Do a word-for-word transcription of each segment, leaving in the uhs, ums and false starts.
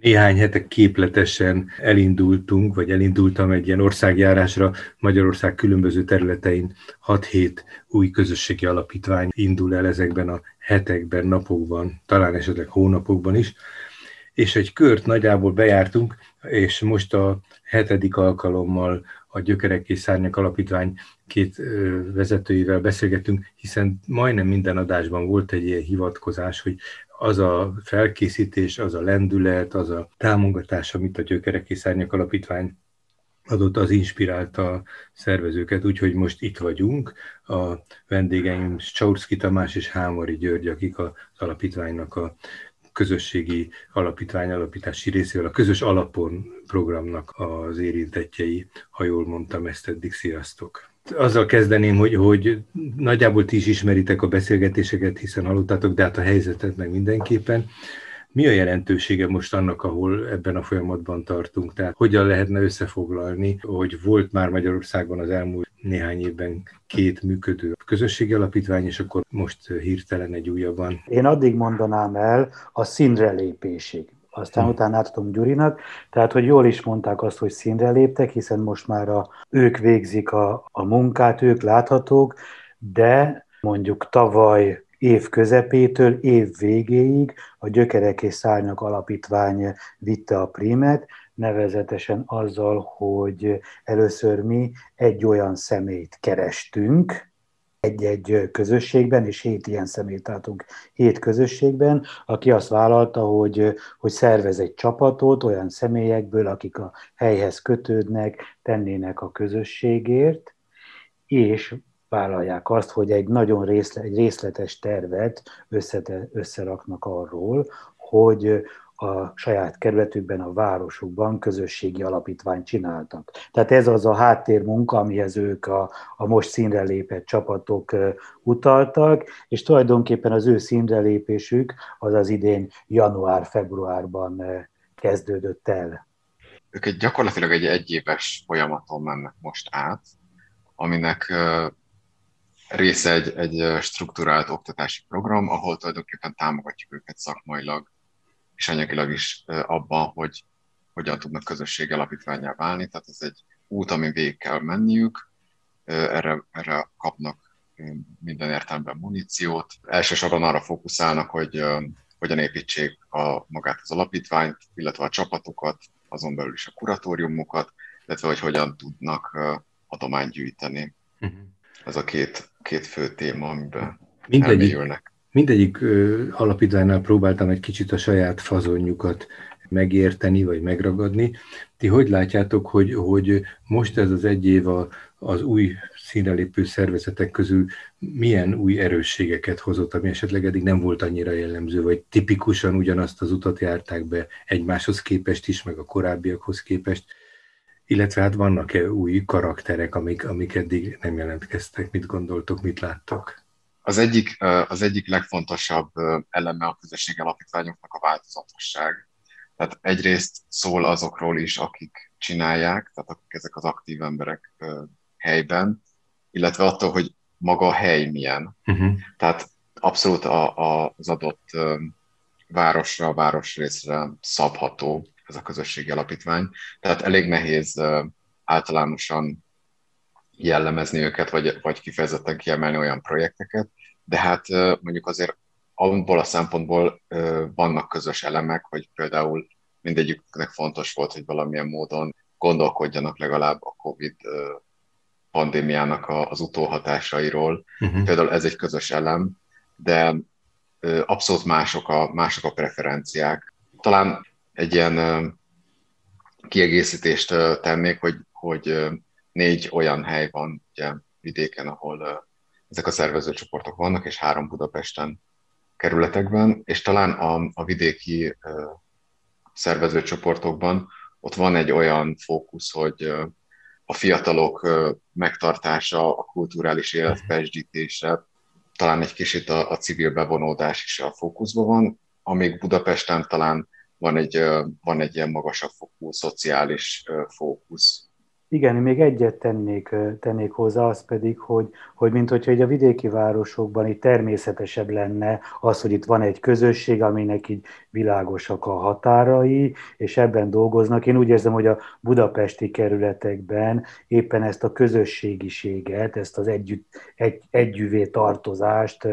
Néhány hete képletesen elindultunk, vagy elindultam egy ilyen országjárásra. Magyarország különböző területein hat-hét új közösségi alapítvány indul el ezekben a hetekben, napokban, talán esetleg hónapokban is. És egy kört nagyjából bejártunk, és most a hetedik alkalommal a Gyökerek és Szárnyak Alapítvány két vezetőivel beszélgettünk, hiszen majdnem minden adásban volt egy ilyen hivatkozás, hogy az a felkészítés, az a lendület, az a támogatás, amit a Gyökerek és Szárnyak Alapítvány adott, az inspirálta a szervezőket, úgyhogy most itt vagyunk. A vendégeim Csaurszky Tamás és Hámori György, akik az alapítványnak a közösségi alapítvány alapítási részével, a közös alapon programnak az érintettjei, ha jól mondtam ezt eddig. Sziasztok! Azzal kezdeném, hogy, hogy nagyjából ti is ismeritek a beszélgetéseket, hiszen hallottátok, de hát a helyzetet meg mindenképpen. Mi a jelentősége most annak, ahol ebben a folyamatban tartunk? Tehát hogyan lehetne összefoglalni, hogy volt már Magyarországon az elmúlt néhány évben két működő közösségi alapítvány, és akkor most hirtelen egy újabban? Én addig mondanám el a színre lépésig. Aztán hmm. utána átadom Gyurinak, tehát hogy jól is mondták azt, hogy színre léptek, hiszen most már a, ők végzik a, a munkát, ők láthatók, de mondjuk tavaly év közepétől év végéig a Gyökerek és Szárnyak Alapítvány vitte a prímet, nevezetesen azzal, hogy először mi egy olyan személyt kerestünk, egy-egy közösségben, és hét ilyen személyt látunk hét közösségben, aki azt vállalta, hogy, hogy szervez egy csapatot olyan személyekből, akik a helyhez kötődnek, tennének a közösségért, és vállalják azt, hogy egy nagyon részle, egy részletes tervet összete, összeraknak arról, hogy a saját kerületükben, a városukban közösségi alapítványt csináltak. Tehát ez az a háttérmunka, amihez ők a, a most színre lépett csapatok utaltak, és tulajdonképpen az ő színre lépésük az az idén január-februárban kezdődött el. Ők egy, gyakorlatilag egy egyéves folyamaton mennek most át, aminek része egy, egy strukturált oktatási program, ahol tulajdonképpen támogatjuk őket szakmailag és anyagilag is abban, hogy hogyan tudnak közösség alapítvánnyá válni. Tehát ez egy út, amin végig kell menniük, erre, erre kapnak minden értelemben muníciót. Elsősorban arra fókuszálnak, hogy hogyan építsék a, magát az alapítványt, illetve a csapatokat, azon belül is a kuratóriumokat, illetve hogy hogyan tudnak adományt gyűjteni. Uh-huh. Ez a két, két fő téma, amiben elmélyülnek. Mindegyik ö, alapítványnál próbáltam egy kicsit a saját fazonjukat megérteni, vagy megragadni. Ti hogy látjátok, hogy, hogy most ez az egy év a, az új színre lépő szervezetek közül milyen új erősségeket hozott, ami esetleg eddig nem volt annyira jellemző, vagy tipikusan ugyanazt az utat járták be egymáshoz képest is, meg a korábbiakhoz képest, illetve hát vannak-e új karakterek, amik, amik eddig nem jelentkeztek? Mit gondoltok, mit láttok? Az egyik, az egyik legfontosabb eleme a közösségi alapítványoknak a változatosság. Tehát egyrészt szól azokról is, akik csinálják, tehát akik ezek az aktív emberek helyben, illetve attól, hogy maga a hely milyen. Uh-huh. Tehát abszolút a, a, az adott városra, városrészre szabható ez a közösségi alapítvány. Tehát elég nehéz általánosan jellemezni őket, vagy, vagy kifejezetten kiemelni olyan projekteket, de hát mondjuk azért abból a szempontból vannak közös elemek, hogy például mindegyiknek fontos volt, hogy valamilyen módon gondolkodjanak legalább a Covid pandémiának az utóhatásairól. Uh-huh. Például ez egy közös elem, de abszolút mások a, mások a preferenciák. Talán egy ilyen kiegészítést tennék, hogy, hogy négy olyan hely van ugye, vidéken, ahol uh, ezek a szervezőcsoportok vannak, és három Budapesten kerületekben, és talán a, a vidéki uh, szervezőcsoportokban ott van egy olyan fókusz, hogy uh, a fiatalok uh, megtartása, a kulturális élet pezsdítése, talán egy kicsit a, a civil bevonódás is a fókuszban van, amíg Budapesten talán van egy, uh, van egy ilyen magasabb fokú szociális uh, fókusz. Igen, még egyet tennék, tennék hozzá, az pedig, hogy, hogy mint hogyha így a vidéki városokban így természetesebb lenne az, hogy itt van egy közösség, aminek így világosak a határai, és ebben dolgoznak. Én úgy érzem, hogy a budapesti kerületekben éppen ezt a közösségiséget, ezt az együtt, egy, együvé tartozást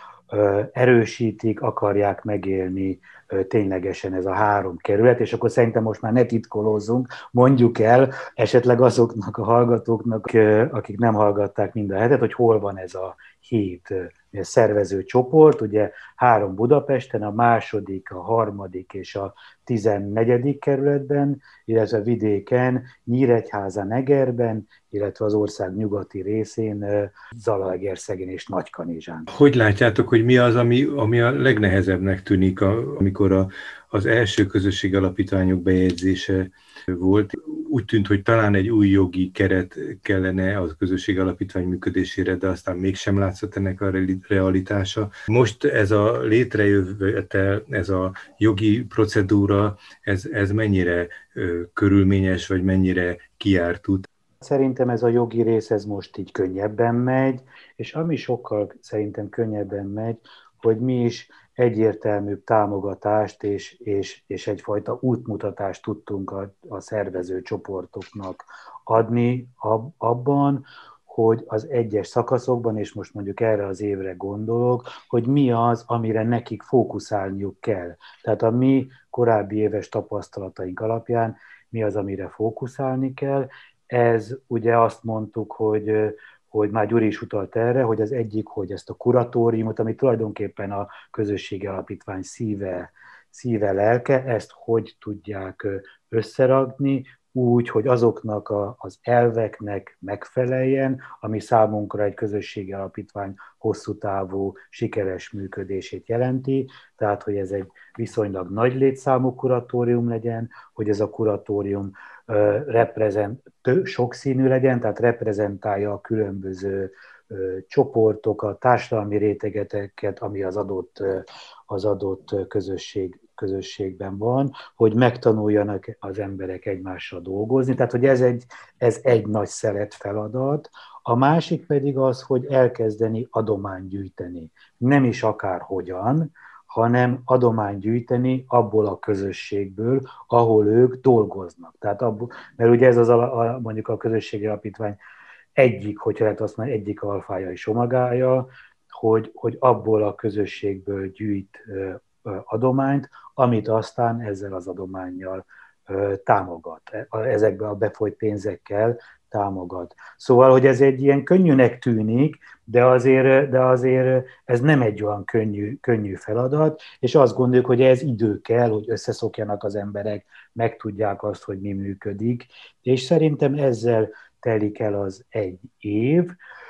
erősítik, akarják megélni ténylegesen ez a három kerület, és akkor szerintem most már ne titkolózzunk, mondjuk el esetleg azoknak a hallgatóknak, akik nem hallgatták mind a hetet, hogy hol van ez a hét szervező csoport, ugye három Budapesten, a második, a harmadik és a tizennegyedik kerületben, illetve vidéken, Nyíregyházan, Egerben, illetve az ország nyugati részén, Zalaegerszegen és Nagykanizsán. Hogy látjátok, hogy mi az, ami, ami a legnehezebbnek tűnik, amikor a, az első közösségi alapítványok bejegyzése volt? Úgy tűnt, hogy talán egy új jogi keret kellene a közösségi alapítvány működésére, de aztán mégsem látszott ennek a realitása. Most ez a létrejövetel, ez a jogi procedúra, ez, ez mennyire körülményes, vagy mennyire kijártut? Szerintem ez a jogi rész, ez most így könnyebben megy, és ami sokkal szerintem könnyebben megy, hogy mi is egyértelműbb támogatást és, és, és egyfajta útmutatást tudtunk a, a szervező csoportoknak adni ab, abban, hogy az egyes szakaszokban, és most mondjuk erre az évre gondolok, hogy mi az, amire nekik fókuszálniuk kell. Tehát a mi korábbi éves tapasztalataink alapján mi az, amire fókuszálni kell. Ez ugye azt mondtuk, hogy, hogy már Gyuri is utalt erre, hogy az egyik, hogy ezt a kuratóriumot, ami tulajdonképpen a közösségi alapítvány szíve, szíve lelke, ezt hogy tudják összerakni, úgy, hogy azoknak a, az elveknek megfeleljen, ami számunkra egy közösségi alapítvány hosszú távú, sikeres működését jelenti, tehát, hogy ez egy viszonylag nagy létszámú kuratórium legyen, hogy ez a kuratórium reprezent, sokszínű legyen, tehát reprezentálja a különböző csoportokat, társadalmi rétegeteket, ami az adott, az adott közösség, közösségben van, hogy megtanuljanak az emberek egymással dolgozni. Tehát, hogy ez egy, ez egy nagy szelet feladat. A másik pedig az, hogy elkezdeni adományt gyűjteni. Nem is akárhogyan, hanem adományt gyűjteni abból a közösségből, ahol ők dolgoznak. Tehát abból, mert ugye ez az a, mondjuk a közösségi alapítvány egyik, hogyha lehet azt mondani, egyik alfája és omegája, hogy, hogy abból a közösségből gyűjt adományt, amit aztán ezzel az adománnyal támogat. Ezekben a befolyt pénzekkel támogat. Szóval, hogy ez egy ilyen könnyűnek tűnik, de azért, de azért ez nem egy olyan könnyű, könnyű feladat, és azt gondoljuk, hogy ez idő kell, hogy összeszokjanak az emberek, megtudják azt, hogy mi működik, és szerintem ezzel telik el az egy év,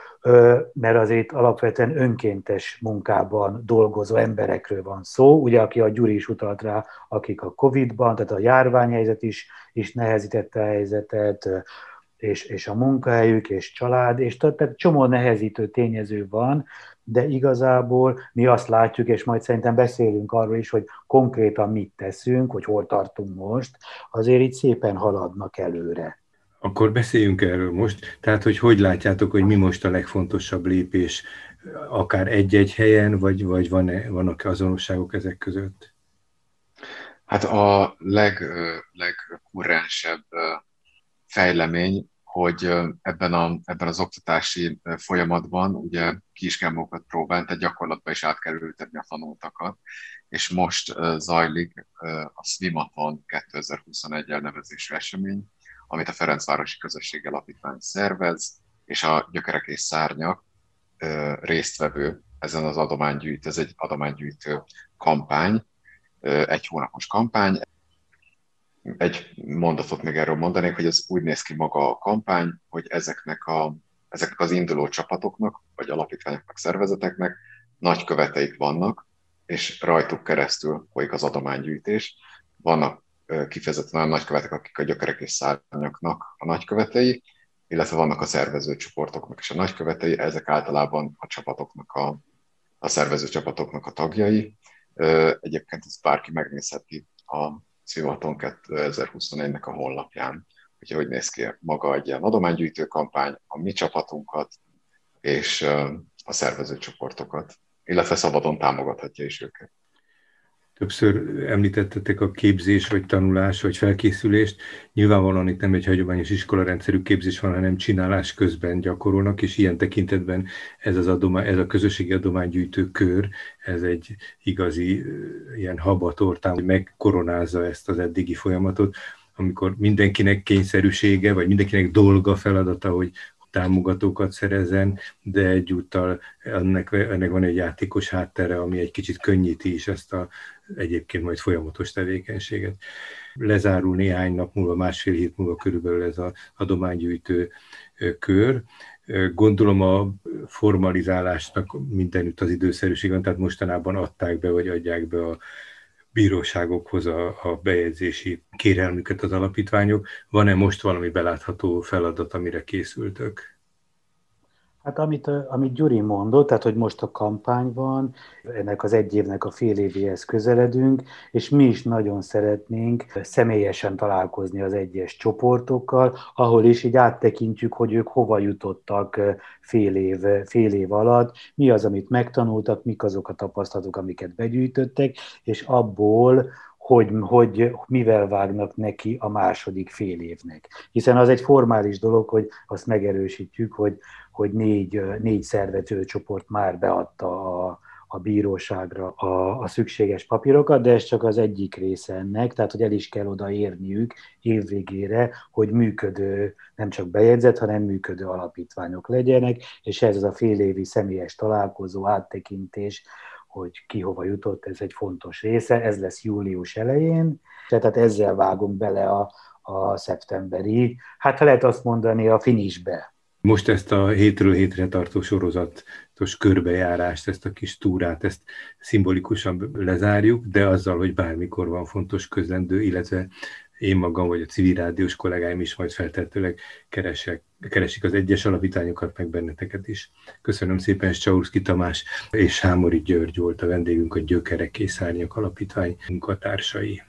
mert azért alapvetően önkéntes munkában dolgozó emberekről van szó, ugye aki a Gyuri is utalt rá, akik a Covid-ban, tehát a járványhelyzet is, is nehezítette a helyzetet, és, és a munkahelyük, és család, és tehát csomó nehezítő tényező van, de igazából mi azt látjuk, és majd szerintem beszélünk arról is, hogy konkrétan mit teszünk, hogy hol tartunk most, azért itt szépen haladnak előre. Akkor beszéljünk erről most, tehát hogy hogy látjátok, hogy mi most a legfontosabb lépés, akár egy-egy helyen, vagy, vagy van-e, vannak azonosságok ezek között? Hát a leg, legkurrensebb fejlemény, hogy ebben, a, ebben az oktatási folyamatban ugye ki is kell magukat próbálni, tehát gyakorlatban is át kell ültetni a tanultakat, és most zajlik a Swimathon kétezer-huszonegy elnevezésű esemény, amit a Ferencvárosi Közösségi Alapítvány szervez, és a Gyökerek és Szárnyak résztvevő ezen az adománygyűjtő, ez egy adománygyűjtő kampány, egy hónapos kampány. Egy mondatot még erről mondanék, hogy ez úgy néz ki maga a kampány, hogy ezeknek, a, ezeknek az induló csapatoknak, vagy alapítványoknak, szervezeteknek nagyköveteik vannak, és rajtuk keresztül folyik az adománygyűjtés. Vannak kifejezetten olyan nagykövetek, akik a Gyökerek és Szárnyaknak a nagykövetei, illetve vannak a szervezőcsoportoknak is a nagykövetei, ezek általában a csapatoknak, a, a szervező csapatoknak a tagjai. Egyébként ezt bárki megnézheti a Swimathon kétezer-huszonegynek a honlapján, hogy hogy néz ki maga egy ilyen adománygyűjtő kampány, a mi csapatunkat és a szervezőcsoportokat, illetve szabadon támogathatja is őket. Többször említettetek a képzés, vagy tanulás, vagy felkészülést. Nyilvánvalóan itt nem egy hagyományos iskolarendszerű képzés van, hanem csinálás közben gyakorolnak, és ilyen tekintetben ez, az adomány, ez a közösségi adománygyűjtő kör, ez egy igazi ilyen habatortán, hogy megkoronázza ezt az eddigi folyamatot, amikor mindenkinek kényszerűsége, vagy mindenkinek dolga, feladata, hogy támogatókat szerezzen, de egyúttal ennek, ennek van egy játékos háttere, ami egy kicsit könnyíti is ezt a egyébként majd folyamatos tevékenységet. Lezárul néhány nap múlva, másfél hét múlva körülbelül ez az adománygyűjtő kör. Gondolom a formalizálásnak mindenütt az időszerűség van, tehát mostanában adták be, vagy adják be a bíróságokhoz a, a bejegyzési kérelmüket az alapítványok. Van-e most valami belátható feladat, amire készültök? Hát amit, amit Gyuri mondott, tehát hogy most a kampány van, ennek az egy évnek a fél évéhez közeledünk, és mi is nagyon szeretnénk személyesen találkozni az egyes csoportokkal, ahol is így áttekintjük, hogy ők hova jutottak fél év, fél év alatt, mi az, amit megtanultak, mik azok a tapasztalatok, amiket begyűjtöttek, és abból Hogy, hogy mivel vágnak neki a második fél évnek. Hiszen az egy formális dolog, hogy azt megerősítjük, hogy, hogy négy, négy szervezőcsoport már beadta a, a bíróságra a, a szükséges papírokat, de ez csak az egyik része ennek, tehát hogy el is kell odaérniük évvégére, hogy működő, nem csak bejegyzett, hanem működő alapítványok legyenek, és ez az a félévi személyes találkozó, áttekintés, hogy ki hova jutott, ez egy fontos része, ez lesz július elején, tehát ezzel vágunk bele a, a szeptemberi, hát ha lehet azt mondani, a finishbe. Most ezt a hétről hétre tartó sorozatos körbejárást, ezt a kis túrát, ezt szimbolikusan lezárjuk, de azzal, hogy bármikor van fontos közlendő, illetve én magam vagy a civil rádiós kollégáim is majd feltehetőleg keresek, keresik az egyes alapítványokat, meg benneteket is. Köszönöm szépen, Csaurszky Tamás és Hámori György volt a vendégünk, a Gyökerek és Szárnyak Alapítvány munkatársai.